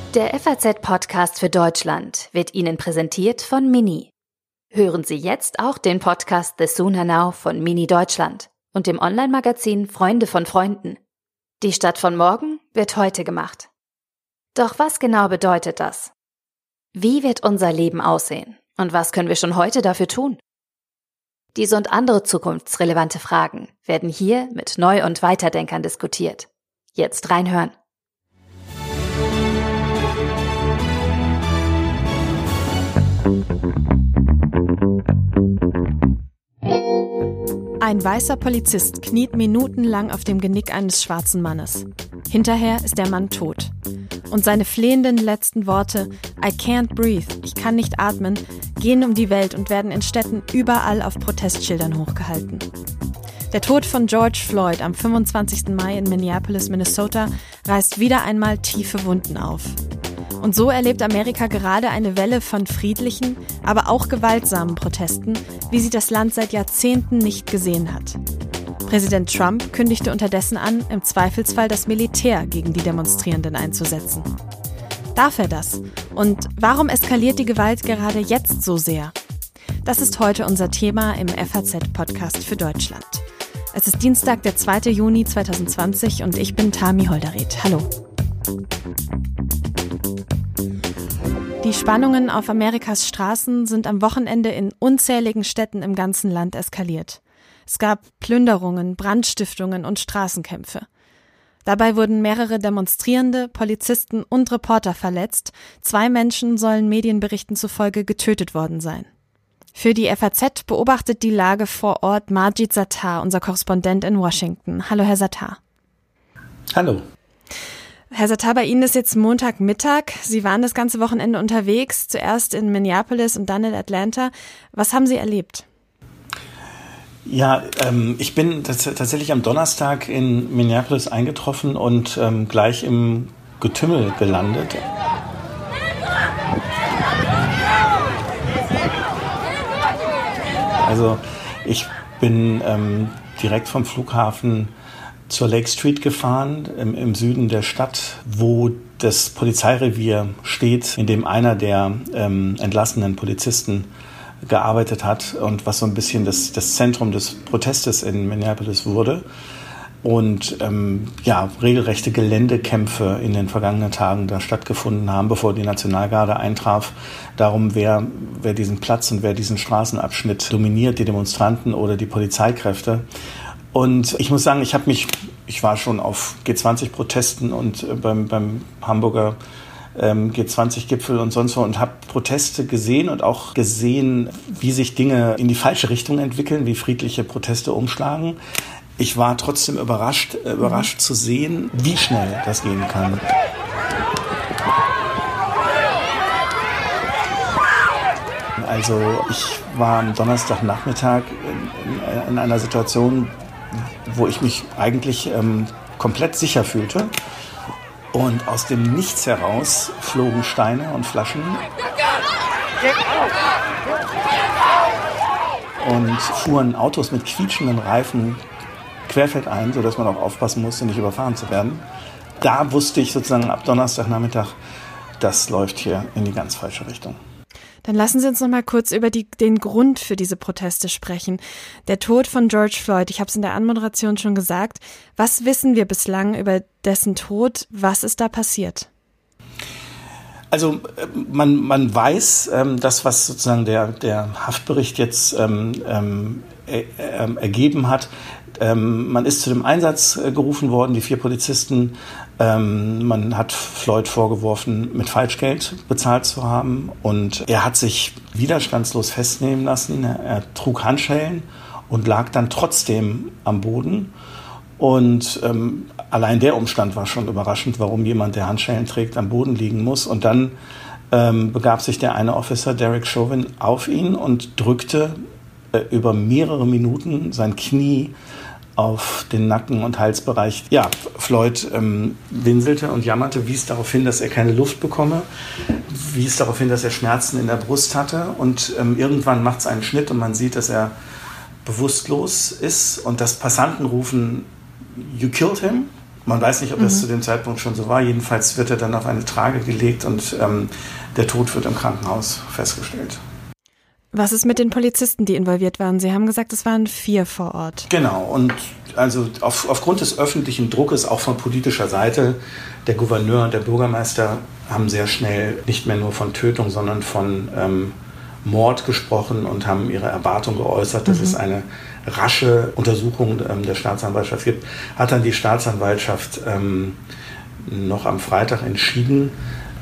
Der FAZ-Podcast für Deutschland wird Ihnen präsentiert von Mini. Hören Sie jetzt auch den Podcast The Sooner Now von Mini Deutschland und dem Online-Magazin Freunde von Freunden. Die Stadt von morgen wird heute gemacht. Doch was genau bedeutet das? Wie wird unser Leben aussehen? Und was können wir schon heute dafür tun? Diese und andere zukunftsrelevante Fragen werden hier mit Neu- und Weiterdenkern diskutiert. Jetzt reinhören. Ein weißer Polizist kniet minutenlang auf dem Genick eines schwarzen Mannes. Hinterher ist der Mann tot. Und seine flehenden letzten Worte, I can't breathe, ich kann nicht atmen, gehen um die Welt und werden in Städten überall auf Protestschildern hochgehalten. Der Tod von George Floyd am 25. Mai in Minneapolis, Minnesota, reißt wieder einmal tiefe Wunden auf. Und so erlebt Amerika gerade eine Welle von friedlichen, aber auch gewaltsamen Protesten, wie sie das Land seit Jahrzehnten nicht gesehen hat. Präsident Trump kündigte unterdessen an, im Zweifelsfall das Militär gegen die Demonstrierenden einzusetzen. Darf er das? Und warum eskaliert die Gewalt gerade jetzt so sehr? Das ist heute unser Thema im FAZ-Podcast für Deutschland. Es ist Dienstag, der 2. Juni 2020 und ich bin Tami Holderried. Hallo. Die Spannungen auf Amerikas Straßen sind am Wochenende in unzähligen Städten im ganzen Land eskaliert. Es gab Plünderungen, Brandstiftungen und Straßenkämpfe. Dabei wurden mehrere Demonstrierende, Polizisten und Reporter verletzt. 2 Menschen sollen Medienberichten zufolge getötet worden sein. Für die FAZ beobachtet die Lage vor Ort Majid Sattar, unser Korrespondent in Washington. Hallo, Herr Sattar. Hallo. Herr Sattar, bei Ihnen ist jetzt Montagmittag. Sie waren das ganze Wochenende unterwegs, zuerst in Minneapolis und dann in Atlanta. Was haben Sie erlebt? Ja, ich bin tatsächlich am Donnerstag in Minneapolis eingetroffen und gleich im Getümmel gelandet. Also ich bin direkt vom Flughafen zur Lake Street gefahren, im Süden der Stadt, wo das Polizeirevier steht, in dem einer der entlassenen Polizisten gearbeitet hat und was so ein bisschen das Zentrum des Protestes in Minneapolis wurde. Und regelrechte Geländekämpfe in den vergangenen Tagen da stattgefunden haben, bevor die Nationalgarde eintraf. Darum, wer diesen Platz und wer diesen Straßenabschnitt dominiert, die Demonstranten oder die Polizeikräfte. Und ich muss sagen, ich war schon auf G20-Protesten und beim Hamburger G20-Gipfel und sonst wo und habe Proteste gesehen und auch gesehen, wie sich Dinge in die falsche Richtung entwickeln, wie friedliche Proteste umschlagen. Ich war trotzdem überrascht zu sehen, wie schnell das gehen kann. Also ich war am Donnerstagnachmittag in einer Situation, wo ich mich eigentlich komplett sicher fühlte. Und aus dem Nichts heraus flogen Steine und Flaschen und fuhren Autos mit quietschenden Reifen querfeldein, sodass man auch aufpassen musste, nicht überfahren zu werden. Da wusste ich sozusagen ab Donnerstagnachmittag, das läuft hier in die ganz falsche Richtung. Dann lassen Sie uns noch mal kurz über den Grund für diese Proteste sprechen. Der Tod von George Floyd, ich habe es in der Anmoderation schon gesagt. Was wissen wir bislang über dessen Tod? Was ist da passiert? Also man weiß, das, was sozusagen der Haftbericht jetzt ergeben hat. Man ist zu dem Einsatz gerufen worden, die 4 Polizisten. Man hat Floyd vorgeworfen, mit Falschgeld bezahlt zu haben. Und er hat sich widerstandslos festnehmen lassen. Er trug Handschellen und lag dann trotzdem am Boden. Und allein der Umstand war schon überraschend, warum jemand, der Handschellen trägt, am Boden liegen muss. Und dann begab sich der eine Officer, Derek Chauvin, auf ihn und drückte über mehrere Minuten sein Knie auf den Nacken- und Halsbereich. Ja, Floyd winselte und jammerte, wies darauf hin, dass er keine Luft bekomme, wies darauf hin, dass er Schmerzen in der Brust hatte. Und irgendwann macht es einen Schnitt und man sieht, dass er bewusstlos ist und dass Passanten rufen, "You killed him", Man weiß nicht, ob das zu dem Zeitpunkt schon so war. Jedenfalls wird er dann auf eine Trage gelegt und der Tod wird im Krankenhaus festgestellt. Was ist mit den Polizisten, die involviert waren? Sie haben gesagt, es waren 4 vor Ort. Genau, und also aufgrund des öffentlichen Druckes, auch von politischer Seite, der Gouverneur und der Bürgermeister haben sehr schnell nicht mehr nur von Tötung, sondern von Mord gesprochen und haben ihre Erwartung geäußert, dass es eine rasche Untersuchung der Staatsanwaltschaft gibt. Hat dann die Staatsanwaltschaft noch am Freitag entschieden,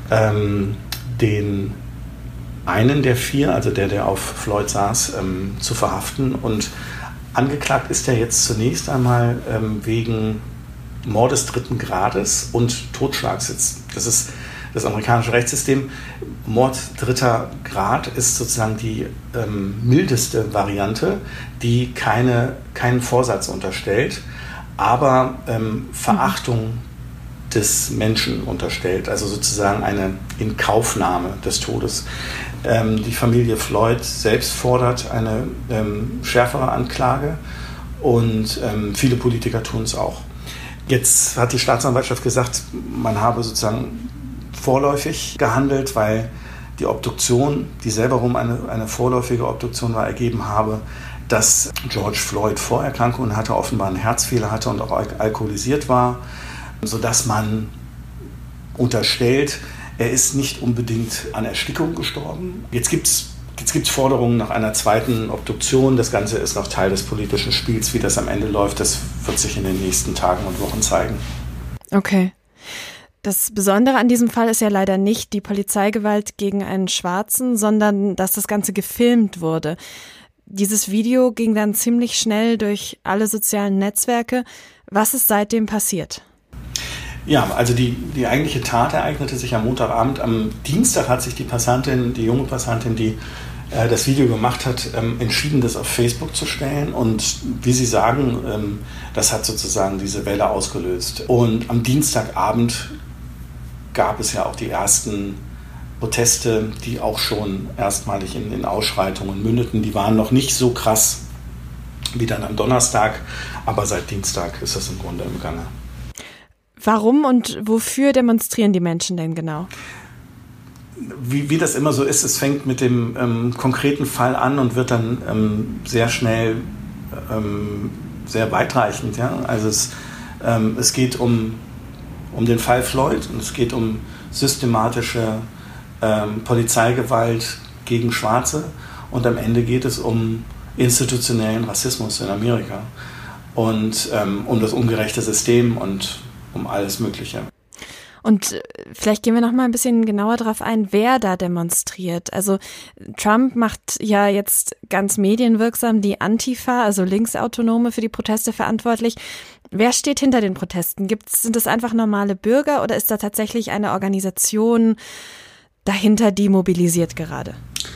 den einen der 4, also der auf Floyd saß, zu verhaften. Und angeklagt ist er jetzt zunächst einmal wegen Mordes 3. Grades und Totschlags. Das ist das amerikanische Rechtssystem. Mord 3. Grad ist sozusagen die mildeste Variante, die keinen Vorsatz unterstellt, aber Verachtung des Menschen unterstellt, also sozusagen eine Inkaufnahme des Todes. Die Familie Floyd selbst fordert eine schärfere Anklage und viele Politiker tun es auch. Jetzt hat die Staatsanwaltschaft gesagt, man habe sozusagen vorläufig gehandelt, weil die Obduktion, die selber eine vorläufige Obduktion war, ergeben habe, dass George Floyd Vorerkrankungen hatte, offenbar einen Herzfehler hatte und auch alkoholisiert war, sodass man unterstellt, er ist nicht unbedingt an Erstickung gestorben. Jetzt gibt's Forderungen nach einer zweiten Obduktion. Das Ganze ist noch Teil des politischen Spiels. Wie das am Ende läuft, das wird sich in den nächsten Tagen und Wochen zeigen. Okay. Das Besondere an diesem Fall ist ja leider nicht die Polizeigewalt gegen einen Schwarzen, sondern dass das Ganze gefilmt wurde. Dieses Video ging dann ziemlich schnell durch alle sozialen Netzwerke. Was ist seitdem passiert? Ja, also die eigentliche Tat ereignete sich am Montagabend. Am Dienstag hat sich die junge Passantin, die das Video gemacht hat, entschieden, das auf Facebook zu stellen. Und wie Sie sagen, das hat sozusagen diese Welle ausgelöst. Und am Dienstagabend gab es ja auch die ersten Proteste, die auch schon erstmalig in Ausschreitungen mündeten. Die waren noch nicht so krass wie dann am Donnerstag, aber seit Dienstag ist das im Grunde im Gange. Warum und wofür demonstrieren die Menschen denn genau? Wie das immer so ist, es fängt mit dem konkreten Fall an und wird dann sehr schnell sehr weitreichend. Ja? Also es geht um den Fall Floyd und es geht um systematische Polizeigewalt gegen Schwarze und am Ende geht es um institutionellen Rassismus in Amerika und um das ungerechte System und um alles Mögliche. Und vielleicht gehen wir noch mal ein bisschen genauer darauf ein, wer da demonstriert. Also Trump macht ja jetzt ganz medienwirksam die Antifa, also Linksautonome, für die Proteste verantwortlich. Wer steht hinter den Protesten? Sind es einfach normale Bürger oder ist da tatsächlich eine Organisation dahinter, die mobilisiert gerade?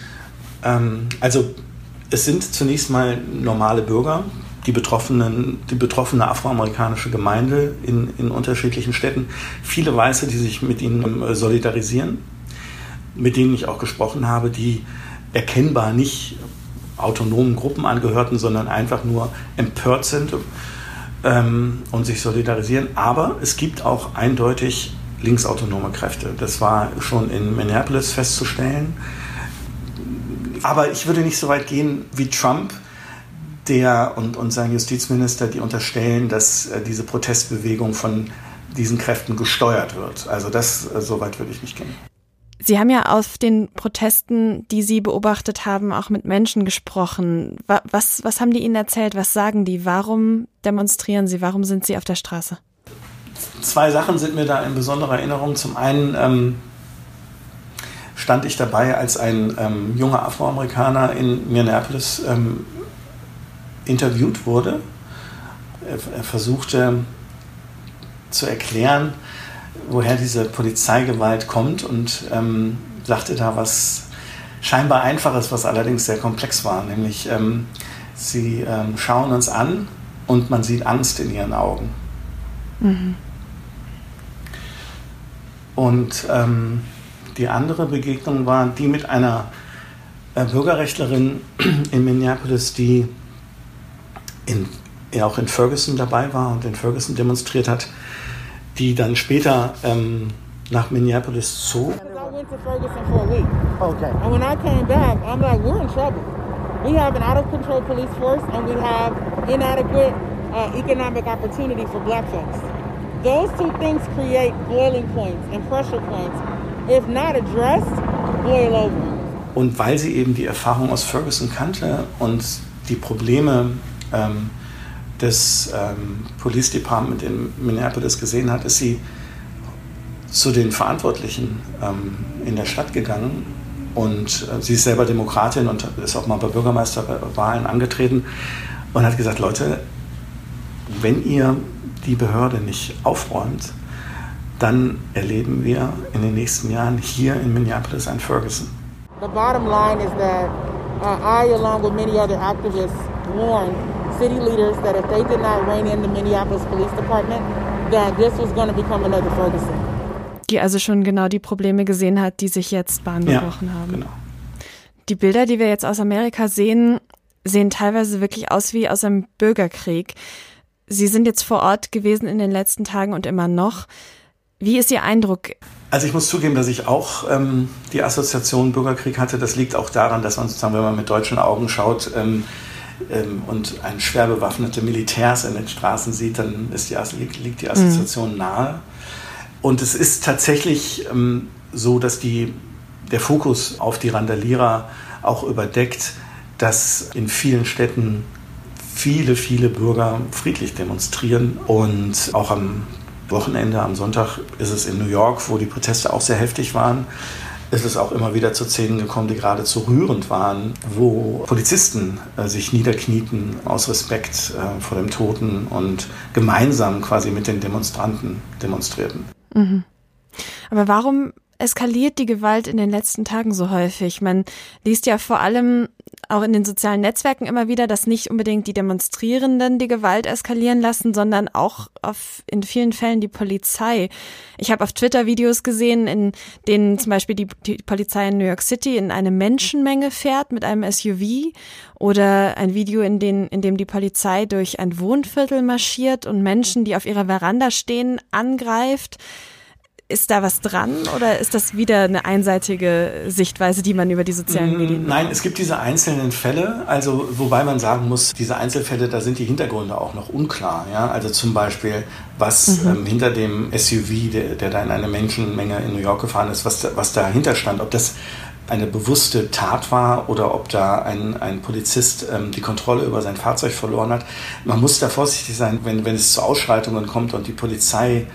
Also es sind zunächst mal normale Bürger, die betroffene afroamerikanische Gemeinde in unterschiedlichen Städten, viele Weiße, die sich mit ihnen solidarisieren, mit denen ich auch gesprochen habe, die erkennbar nicht autonomen Gruppen angehörten, sondern einfach nur empört sind und sich solidarisieren. Aber es gibt auch eindeutig linksautonome Kräfte. Das war schon in Minneapolis festzustellen. Aber ich würde nicht so weit gehen wie Trump, der und sein Justizminister, die unterstellen, dass diese Protestbewegung von diesen Kräften gesteuert wird. Also so weit würde ich nicht gehen. Sie haben ja auf den Protesten, die Sie beobachtet haben, auch mit Menschen gesprochen. Was haben die Ihnen erzählt? Was sagen die? Warum demonstrieren Sie? Warum sind Sie auf der Straße? 2 Sachen sind mir da in besonderer Erinnerung. Zum einen stand ich dabei, als ein junger Afroamerikaner in Minneapolis interviewt wurde. Er versuchte zu erklären, woher diese Polizeigewalt kommt und sagte da was scheinbar Einfaches, was allerdings sehr komplex war. Nämlich, sie schauen uns an und man sieht Angst in ihren Augen. Mhm. Und die andere Begegnung war die mit einer Bürgerrechtlerin in Minneapolis, die er auch in Ferguson dabei war und in Ferguson demonstriert hat, die dann später nach Minneapolis zog. I went to Ferguson for a week. Okay. And when I came back, I'm like, we're in trouble. We have an out-of-control police force and we have inadequate economic opportunity for black folks. Those two things create boiling points and pressure points. If not addressed, boil over. Und weil sie eben die Erfahrung aus Ferguson kannte und die Probleme des Police Department in Minneapolis gesehen hat, ist sie zu den Verantwortlichen in der Stadt gegangen. Und sie ist selber Demokratin und ist auch mal bei Bürgermeisterwahlen angetreten und hat gesagt, Leute, wenn ihr die Behörde nicht aufräumt, dann erleben wir in den nächsten Jahren hier in Minneapolis ein Ferguson. The bottom line is that I, along with many other activists, warned city leaders that if they did not rein in the Minneapolis Police Department, that this was going to become another Ferguson. Die also schon genau die Probleme gesehen hat, die sich jetzt Bahn gebrochen haben. Genau. Die Bilder, die wir jetzt aus Amerika sehen, sehen teilweise wirklich aus wie aus einem Bürgerkrieg. Sie sind jetzt vor Ort gewesen in den letzten Tagen und immer noch. Wie ist Ihr Eindruck? Also ich muss zugeben, dass ich auch die Assoziation Bürgerkrieg hatte. Das liegt auch daran, dass man sozusagen, wenn man mit deutschen Augen schaut und schwer bewaffnete Militärs in den Straßen sieht, dann liegt die Assoziation nahe. Und es ist tatsächlich so, dass der Fokus auf die Randalierer auch überdeckt, dass in vielen Städten viele Bürger friedlich demonstrieren. Und auch am Wochenende, am Sonntag, ist es in New York, wo die Proteste auch sehr heftig waren, ist es auch immer wieder zu Szenen gekommen, die geradezu rührend waren, wo Polizisten sich niederknieten aus Respekt vor dem Toten und gemeinsam quasi mit den Demonstranten demonstrierten. Mhm. Aber warum eskaliert die Gewalt in den letzten Tagen so häufig? Man liest ja vor allem auch in den sozialen Netzwerken immer wieder, dass nicht unbedingt die Demonstrierenden die Gewalt eskalieren lassen, sondern auch in vielen Fällen die Polizei. Ich habe auf Twitter Videos gesehen, in denen zum Beispiel die Polizei in New York City in eine Menschenmenge fährt mit einem SUV, oder ein Video, in dem die Polizei durch ein Wohnviertel marschiert und Menschen, die auf ihrer Veranda stehen, angreift. Ist da was dran oder ist das wieder eine einseitige Sichtweise, die man über die sozialen Medien Nein, es gibt diese einzelnen Fälle, also wobei man sagen muss, diese Einzelfälle, da sind die Hintergründe auch noch unklar. Ja? Also zum Beispiel, was hinter dem SUV, der da in eine Menschenmenge in New York gefahren ist, was dahinter stand, ob das eine bewusste Tat war oder ob da ein Polizist die Kontrolle über sein Fahrzeug verloren hat. Man muss da vorsichtig sein, wenn es zu Ausschreitungen kommt und die Polizei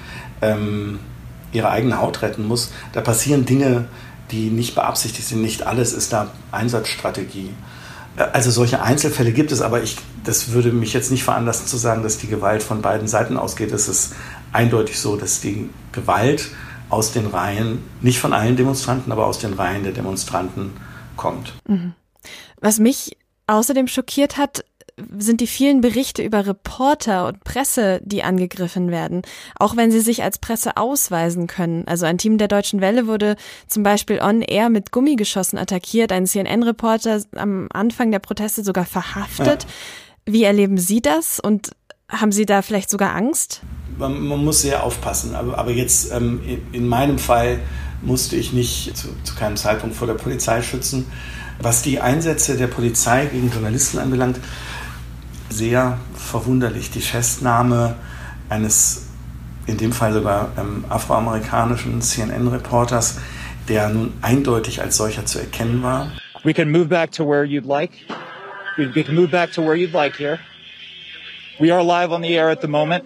ihre eigene Haut retten muss. Da passieren Dinge, die nicht beabsichtigt sind. Nicht alles ist da Einsatzstrategie. Also solche Einzelfälle gibt es, aber das würde mich jetzt nicht veranlassen zu sagen, dass die Gewalt von beiden Seiten ausgeht. Es ist eindeutig so, dass die Gewalt aus den Reihen, nicht von allen Demonstranten, aber aus den Reihen der Demonstranten kommt. Mhm. Was mich außerdem schockiert hat, sind die vielen Berichte über Reporter und Presse, die angegriffen werden, auch wenn sie sich als Presse ausweisen können. Also ein Team der Deutschen Welle wurde zum Beispiel on-air mit Gummigeschossen attackiert, ein CNN-Reporter am Anfang der Proteste sogar verhaftet. Ja. Wie erleben Sie das und haben Sie da vielleicht sogar Angst? Man muss sehr aufpassen, aber jetzt in meinem Fall musste ich nicht zu keinem Zeitpunkt vor der Polizei schützen. Was die Einsätze der Polizei gegen Journalisten anbelangt, sehr verwunderlich. Die Festnahme eines, in dem Fall sogar afroamerikanischen CNN-Reporters, der nun eindeutig als solcher zu erkennen war. We can move back to where you'd like. We can move back to where you'd like here. We are live on the air at the moment.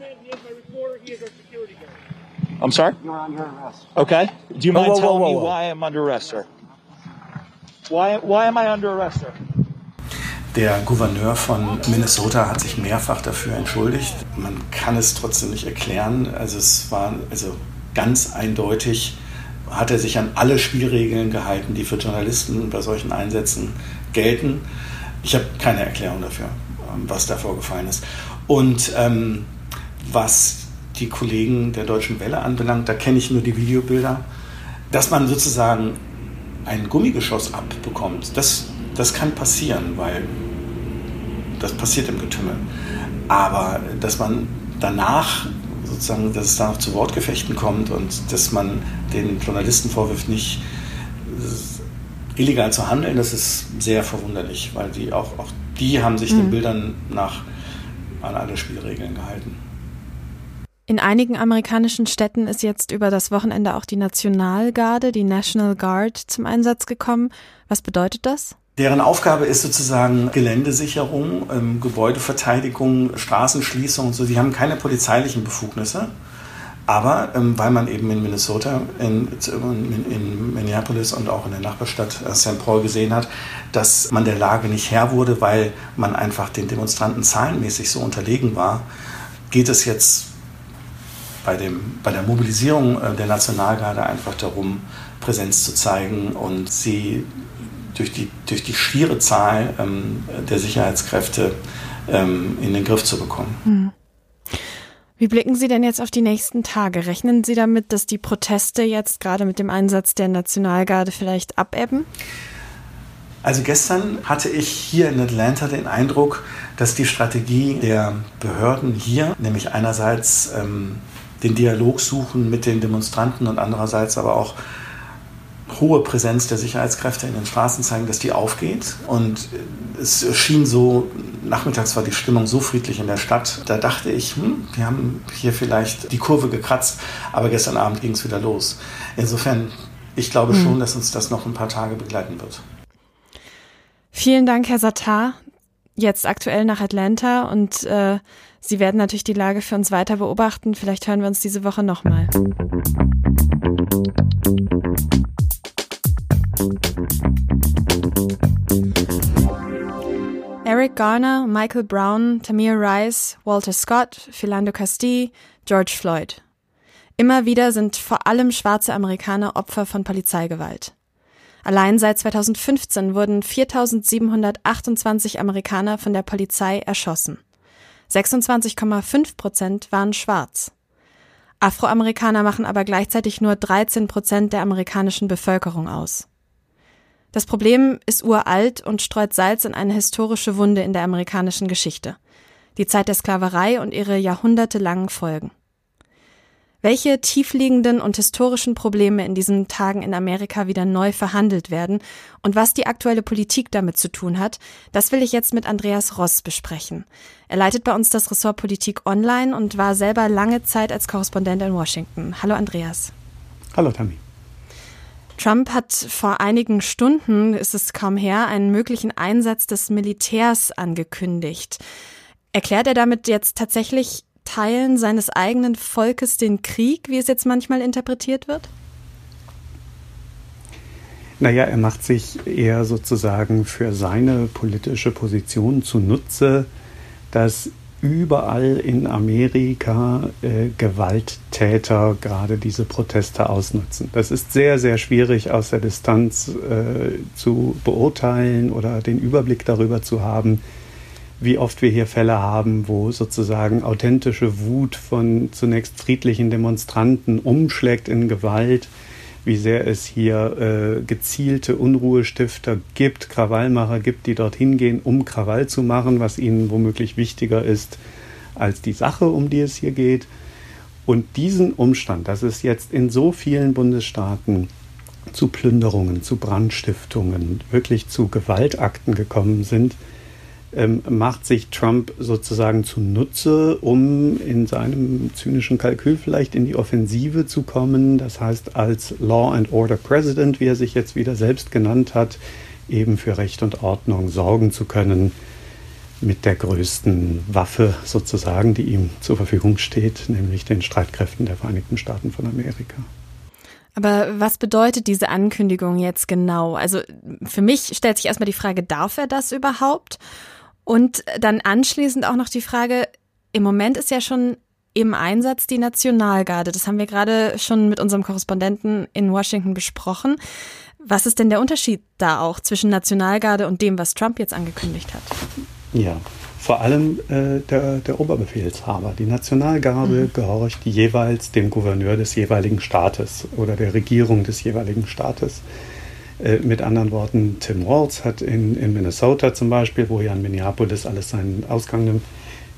I'm sorry? You're under arrest. Okay. Do you mind telling me why I'm under arrest, sir? Why am I under arrest, sir? Der Gouverneur von Minnesota hat sich mehrfach dafür entschuldigt. Man kann es trotzdem nicht erklären. Also es war ganz eindeutig, hat er sich an alle Spielregeln gehalten, die für Journalisten bei solchen Einsätzen gelten. Ich habe keine Erklärung dafür, was da vorgefallen ist. Und was die Kollegen der Deutschen Welle anbelangt, da kenne ich nur die Videobilder, dass man sozusagen ein Gummigeschoss abbekommt. Das kann passieren, weil das passiert im Getümmel. Aber dass man danach sozusagen, dass es da noch zu Wortgefechten kommt und dass man den Journalisten vorwirft, nicht illegal zu handeln, das ist sehr verwunderlich, weil die haben sich den Bildern nach an alle Spielregeln gehalten. In einigen amerikanischen Städten ist jetzt über das Wochenende auch die Nationalgarde, die National Guard, zum Einsatz gekommen. Was bedeutet das? Deren Aufgabe ist sozusagen Geländesicherung, Gebäudeverteidigung, Straßenschließung und so. Die haben keine polizeilichen Befugnisse. Aber weil man eben in Minnesota, in Minneapolis und auch in der Nachbarstadt St. Paul gesehen hat, dass man der Lage nicht Herr wurde, weil man einfach den Demonstranten zahlenmäßig so unterlegen war, geht es jetzt bei der Mobilisierung der Nationalgarde einfach darum, Präsenz zu zeigen und sie durch die schiere Zahl der Sicherheitskräfte in den Griff zu bekommen. Wie blicken Sie denn jetzt auf die nächsten Tage? Rechnen Sie damit, dass die Proteste jetzt gerade mit dem Einsatz der Nationalgarde vielleicht abebben? Also gestern hatte ich hier in Atlanta den Eindruck, dass die Strategie der Behörden hier, nämlich einerseits den Dialog suchen mit den Demonstranten und andererseits aber auch hohe Präsenz der Sicherheitskräfte in den Straßen zeigen, dass die aufgeht. Und es schien so, nachmittags war die Stimmung so friedlich in der Stadt, da dachte ich, wir haben hier vielleicht die Kurve gekratzt, aber gestern Abend ging es wieder los. Insofern, ich glaube schon, dass uns das noch ein paar Tage begleiten wird. Vielen Dank, Herr Sattar. Jetzt aktuell nach Atlanta und Sie werden natürlich die Lage für uns weiter beobachten. Vielleicht hören wir uns diese Woche nochmal. Eric Garner, Michael Brown, Tamir Rice, Walter Scott, Philando Castile, George Floyd. Immer wieder sind vor allem schwarze Amerikaner Opfer von Polizeigewalt. Allein seit 2015 wurden 4.728 Amerikaner von der Polizei erschossen. 26,5% waren schwarz. Afroamerikaner machen aber gleichzeitig nur 13% der amerikanischen Bevölkerung aus. Das Problem ist uralt und streut Salz in eine historische Wunde in der amerikanischen Geschichte. Die Zeit der Sklaverei und ihre jahrhundertelangen Folgen. Welche tiefliegenden und historischen Probleme in diesen Tagen in Amerika wieder neu verhandelt werden und was die aktuelle Politik damit zu tun hat, das will ich jetzt mit Andreas Ross besprechen. Er leitet bei uns das Ressort Politik Online und war selber lange Zeit als Korrespondent in Washington. Hallo Andreas. Hallo Tammy. Trump hat vor einigen Stunden, ist es kaum her, einen möglichen Einsatz des Militärs angekündigt. Erklärt er damit jetzt tatsächlich Teilen seines eigenen Volkes den Krieg, wie es jetzt manchmal interpretiert wird? Naja, er macht sich eher sozusagen für seine politische Position zunutze, dass überall in Amerika Gewalttäter gerade diese Proteste ausnutzen. Das ist sehr, sehr schwierig aus der Distanz zu beurteilen oder den Überblick darüber zu haben, wie oft wir hier Fälle haben, wo sozusagen authentische Wut von zunächst friedlichen Demonstranten umschlägt in Gewalt, wie sehr es hier gezielte Unruhestifter gibt, Krawallmacher gibt, die dorthin gehen, um Krawall zu machen, was ihnen womöglich wichtiger ist als die Sache, um die es hier geht. Und diesen Umstand, dass es jetzt in so vielen Bundesstaaten zu Plünderungen, zu Brandstiftungen, wirklich zu Gewaltakten gekommen sind, macht sich Trump sozusagen zunutze, um in seinem zynischen Kalkül vielleicht in die Offensive zu kommen. Das heißt, als Law and Order President, wie er sich jetzt wieder selbst genannt hat, eben für Recht und Ordnung sorgen zu können mit der größten Waffe sozusagen, die ihm zur Verfügung steht, nämlich den Streitkräften der Vereinigten Staaten von Amerika. Aber was bedeutet diese Ankündigung jetzt genau? Also für mich stellt sich erstmal die Frage, darf er das überhaupt? Und dann anschließend auch noch die Frage, im Moment ist ja schon im Einsatz die Nationalgarde. Das haben wir gerade schon mit unserem Korrespondenten in Washington besprochen. Was ist denn der Unterschied da auch zwischen Nationalgarde und dem, was Trump jetzt angekündigt hat? Ja, vor allem der Oberbefehlshaber. Die Nationalgarde gehorcht jeweils dem Gouverneur des jeweiligen Staates oder der Regierung des jeweiligen Staates. Mit anderen Worten, Tim Walz hat in Minnesota zum Beispiel, wo ja in Minneapolis alles seinen Ausgang nimmt,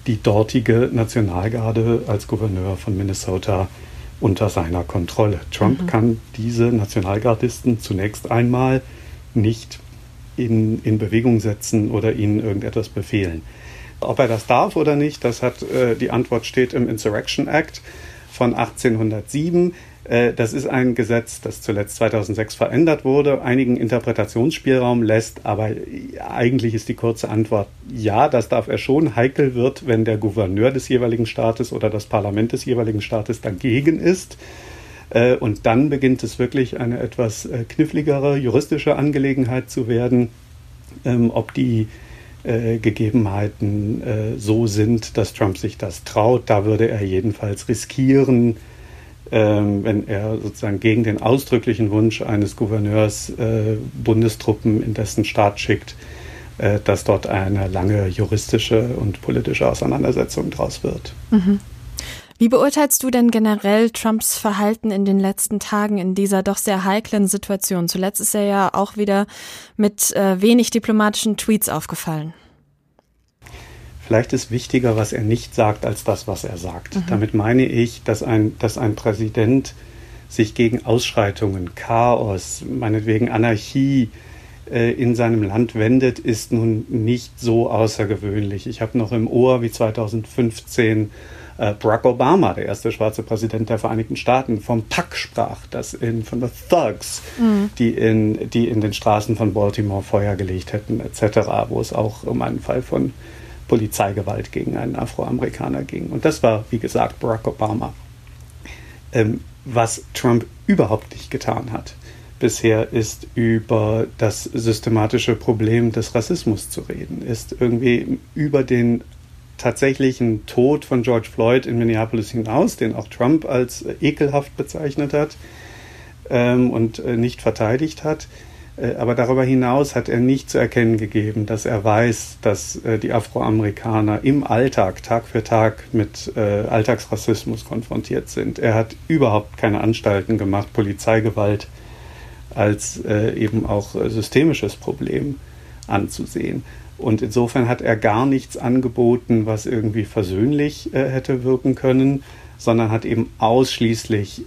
die dortige Nationalgarde als Gouverneur von Minnesota unter seiner Kontrolle. Trump kann diese Nationalgardisten zunächst einmal nicht in Bewegung setzen oder ihnen irgendetwas befehlen. Ob er das darf oder nicht, die Antwort steht im Insurrection Act von 1807. Das ist ein Gesetz, das zuletzt 2006 verändert wurde, einigen Interpretationsspielraum lässt, aber eigentlich ist die kurze Antwort ja, das darf er schon. Heikel wird, wenn der Gouverneur des jeweiligen Staates oder das Parlament des jeweiligen Staates dagegen ist. Und dann beginnt es wirklich eine etwas kniffligere juristische Angelegenheit zu werden, ob die Gegebenheiten so sind, dass Trump sich das traut. Da würde er jedenfalls riskieren, wenn er sozusagen gegen den ausdrücklichen Wunsch eines Gouverneurs Bundestruppen in dessen Staat schickt, dass dort eine lange juristische und politische Auseinandersetzung draus wird. Mhm. Wie beurteilst du denn generell Trumps Verhalten in den letzten Tagen in dieser doch sehr heiklen Situation? Zuletzt ist er ja auch wieder mit wenig diplomatischen Tweets aufgefallen. Vielleicht ist wichtiger, was er nicht sagt, als das, was er sagt. Damit meine ich, dass ein Präsident sich gegen Ausschreitungen, Chaos, meinetwegen Anarchie in seinem Land wendet, ist nun nicht so außergewöhnlich. Ich habe noch im Ohr, wie 2015 Barack Obama, der erste schwarze Präsident der Vereinigten Staaten, vom Pack sprach, von the Thugs, die in den Straßen von Baltimore Feuer gelegt hätten, etc., wo es auch um einen Fall von Polizeigewalt gegen einen Afroamerikaner ging. Und das war, wie gesagt, Barack Obama. Was Trump überhaupt nicht getan hat bisher, ist über das systematische Problem des Rassismus zu reden, ist irgendwie über den tatsächlichen Tod von George Floyd in Minneapolis hinaus, den auch Trump als ekelhaft bezeichnet hat und nicht verteidigt hat. Aber darüber hinaus hat er nicht zu erkennen gegeben, dass er weiß, dass die Afroamerikaner im Alltag, Tag für Tag, mit Alltagsrassismus konfrontiert sind. Er hat überhaupt keine Anstalten gemacht, Polizeigewalt als eben auch systemisches Problem anzusehen. Und insofern hat er gar nichts angeboten, was irgendwie versöhnlich hätte wirken können, sondern hat eben ausschließlich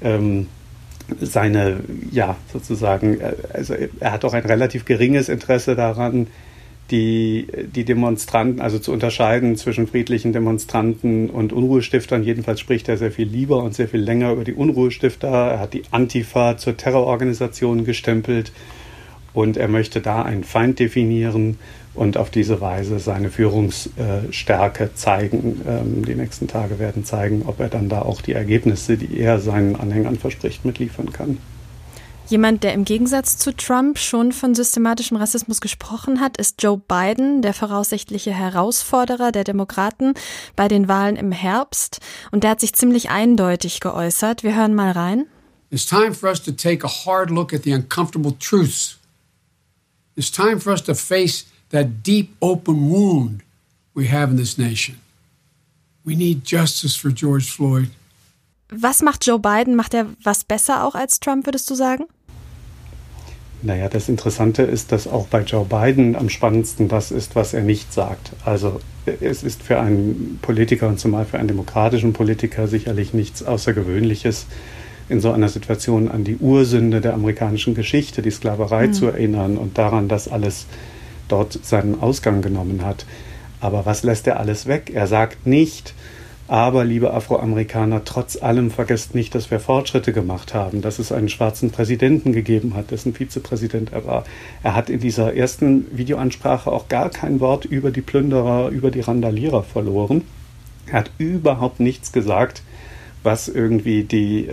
er hat auch ein relativ geringes Interesse daran, die Demonstranten, also zu unterscheiden zwischen friedlichen Demonstranten und Unruhestiftern. Jedenfalls spricht er sehr viel lieber und sehr viel länger über die Unruhestifter. Er hat die Antifa zur Terrororganisation gestempelt und er möchte da einen Feind definieren und auf diese Weise seine Führungsstärke zeigen. Die nächsten Tage werden zeigen, ob er dann da auch die Ergebnisse, die er seinen Anhängern verspricht, mitliefern kann. Jemand, der im Gegensatz zu Trump schon von systematischem Rassismus gesprochen hat, ist Joe Biden, der voraussichtliche Herausforderer der Demokraten bei den Wahlen im Herbst. Und der hat sich ziemlich eindeutig geäußert. Wir hören mal rein. It's time for us to take a hard look at the uncomfortable truths. It's time for us to face that deep open wound we have in this nation. We need justice for George Floyd. Was macht Joe Biden? Macht er was besser auch als Trump, würdest du sagen? Naja, das Interessante ist, dass auch bei Joe Biden am spannendsten das ist, was er nicht sagt. Also es ist für einen Politiker und zumal für einen demokratischen Politiker sicherlich nichts Außergewöhnliches, in so einer Situation an die Ursünde der amerikanischen Geschichte, die Sklaverei zu erinnern und daran, dass alles dort seinen Ausgang genommen hat. Aber was lässt er alles weg? Er sagt nicht, aber liebe Afroamerikaner, trotz allem vergesst nicht, dass wir Fortschritte gemacht haben, dass es einen schwarzen Präsidenten gegeben hat, dessen Vizepräsident er war. Er hat in dieser ersten Videoansprache auch gar kein Wort über die Plünderer, über die Randalierer verloren. Er hat überhaupt nichts gesagt, was irgendwie die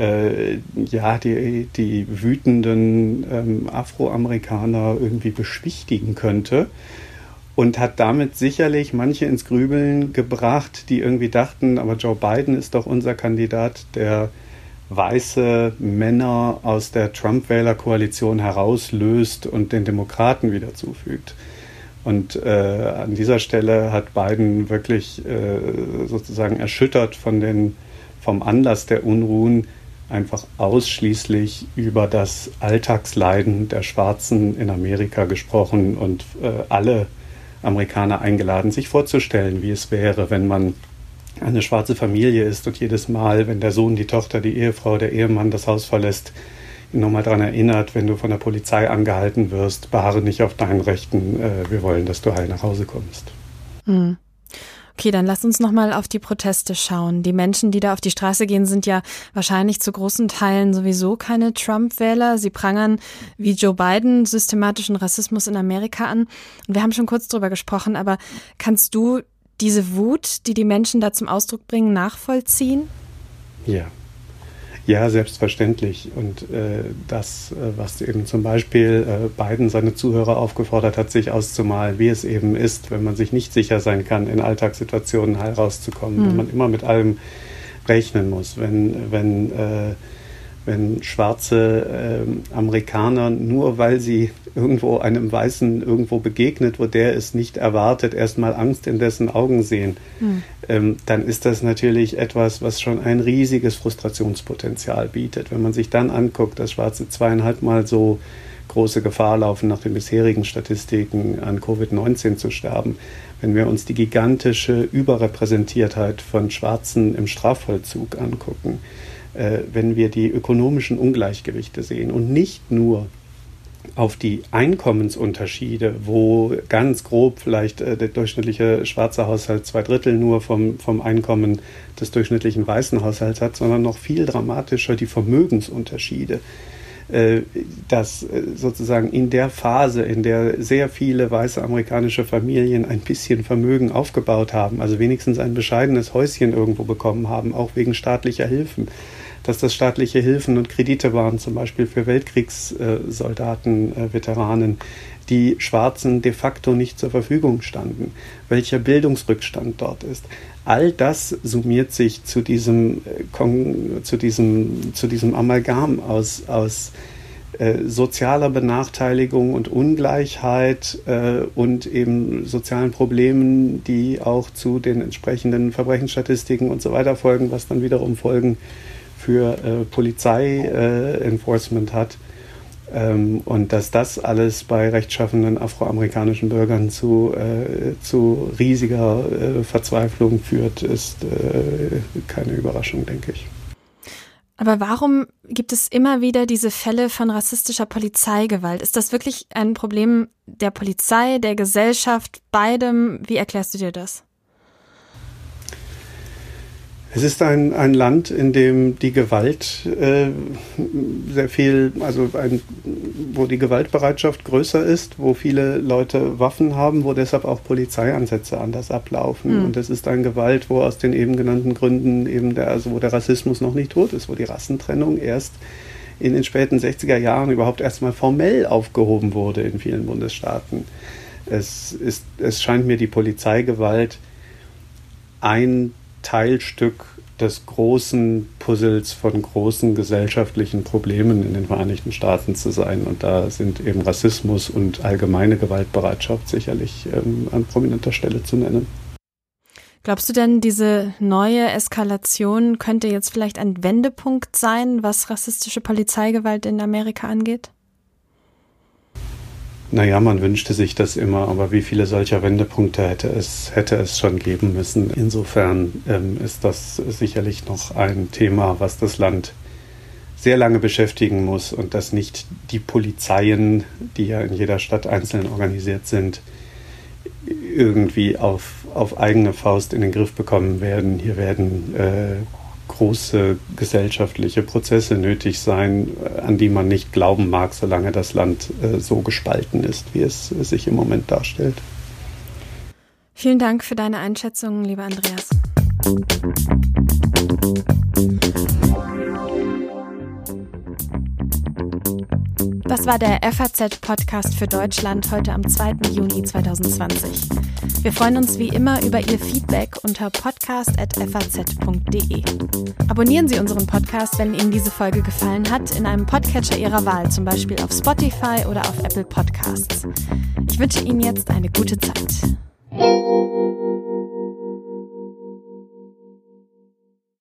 wütenden Afroamerikaner irgendwie beschwichtigen könnte. Und hat damit sicherlich manche ins Grübeln gebracht, die irgendwie dachten, aber Joe Biden ist doch unser Kandidat, der weiße Männer aus der Trump-Wähler-Koalition herauslöst und den Demokraten wieder zufügt. Und an dieser Stelle hat Biden wirklich sozusagen erschüttert vom Anlass der Unruhen einfach ausschließlich über das Alltagsleiden der Schwarzen in Amerika gesprochen und alle Amerikaner eingeladen, sich vorzustellen, wie es wäre, wenn man eine schwarze Familie ist und jedes Mal, wenn der Sohn, die Tochter, die Ehefrau, der Ehemann das Haus verlässt, ihn nochmal daran erinnert, wenn du von der Polizei angehalten wirst, beharre nicht auf deinen Rechten, wir wollen, dass du heil nach Hause kommst. Okay, dann lass uns nochmal auf die Proteste schauen. Die Menschen, die da auf die Straße gehen, sind ja wahrscheinlich zu großen Teilen sowieso keine Trump-Wähler. Sie prangern wie Joe Biden systematischen Rassismus in Amerika an. Und wir haben schon kurz drüber gesprochen, aber kannst du diese Wut, die die Menschen da zum Ausdruck bringen, nachvollziehen? Ja, selbstverständlich. Und das, was eben zum Beispiel Biden seine Zuhörer aufgefordert hat, sich auszumalen, wie es eben ist, wenn man sich nicht sicher sein kann, in Alltagssituationen heil rauszukommen, wenn man immer mit allem rechnen muss, wenn schwarze Amerikaner, nur weil sie irgendwo einem Weißen irgendwo begegnet, wo der es nicht erwartet, erstmal Angst in dessen Augen sehen, dann ist das natürlich etwas, was schon ein riesiges Frustrationspotenzial bietet. Wenn man sich dann anguckt, dass Schwarze 2,5-mal so große Gefahr laufen, nach den bisherigen Statistiken an Covid-19 zu sterben, wenn wir uns die gigantische Überrepräsentiertheit von Schwarzen im Strafvollzug angucken, wenn wir die ökonomischen Ungleichgewichte sehen und nicht nur auf die Einkommensunterschiede, wo ganz grob vielleicht der durchschnittliche schwarze Haushalt 2/3 nur vom Einkommen des durchschnittlichen weißen Haushalts hat, sondern noch viel dramatischer die Vermögensunterschiede. Dass sozusagen in der Phase, in der sehr viele weiße amerikanische Familien ein bisschen Vermögen aufgebaut haben, also wenigstens ein bescheidenes Häuschen irgendwo bekommen haben, auch wegen staatlicher Hilfen, dass das staatliche Hilfen und Kredite waren, zum Beispiel für Weltkriegssoldaten, Veteranen, die Schwarzen de facto nicht zur Verfügung standen, welcher Bildungsrückstand dort ist. All das summiert sich zu diesem Amalgam aus sozialer Benachteiligung und Ungleichheit und eben sozialen Problemen, die auch zu den entsprechenden Verbrechensstatistiken und so weiter folgen, was dann wiederum Folgen für Polizei-Enforcement hat. Und dass das alles bei rechtschaffenden afroamerikanischen Bürgern zu riesiger Verzweiflung führt, ist keine Überraschung, denke ich. Aber warum gibt es immer wieder diese Fälle von rassistischer Polizeigewalt? Ist das wirklich ein Problem der Polizei, der Gesellschaft, beidem? Wie erklärst du dir das? Es ist ein Land, in dem die Gewalt sehr viel, wo die Gewaltbereitschaft größer ist, wo viele Leute Waffen haben, wo deshalb auch Polizeieinsätze anders ablaufen. Und es ist eine Gewalt, wo aus den eben genannten Gründen wo der Rassismus noch nicht tot ist, wo die Rassentrennung erst in den späten 60er Jahren überhaupt erstmal formell aufgehoben wurde in vielen Bundesstaaten. Es scheint mir die Polizeigewalt ein Teilstück des großen Puzzles von großen gesellschaftlichen Problemen in den Vereinigten Staaten zu sein. Und da sind eben Rassismus und allgemeine Gewaltbereitschaft sicherlich an prominenter Stelle zu nennen. Glaubst du denn, diese neue Eskalation könnte jetzt vielleicht ein Wendepunkt sein, was rassistische Polizeigewalt in Amerika angeht? Naja, man wünschte sich das immer, aber wie viele solcher Wendepunkte hätte es schon geben müssen. Insofern ist das sicherlich noch ein Thema, was das Land sehr lange beschäftigen muss und dass nicht die Polizeien, die ja in jeder Stadt einzeln organisiert sind, irgendwie auf eigene Faust in den Griff bekommen werden. Hier werden große gesellschaftliche Prozesse nötig sein, an die man nicht glauben mag, solange das Land so gespalten ist, wie es sich im Moment darstellt. Vielen Dank für deine Einschätzung, lieber Andreas. Das war der FAZ-Podcast für Deutschland heute am 2. Juni 2020. Wir freuen uns wie immer über Ihr Feedback unter podcast@faz.de. Abonnieren Sie unseren Podcast, wenn Ihnen diese Folge gefallen hat, in einem Podcatcher Ihrer Wahl, zum Beispiel auf Spotify oder auf Apple Podcasts. Ich wünsche Ihnen jetzt eine gute Zeit.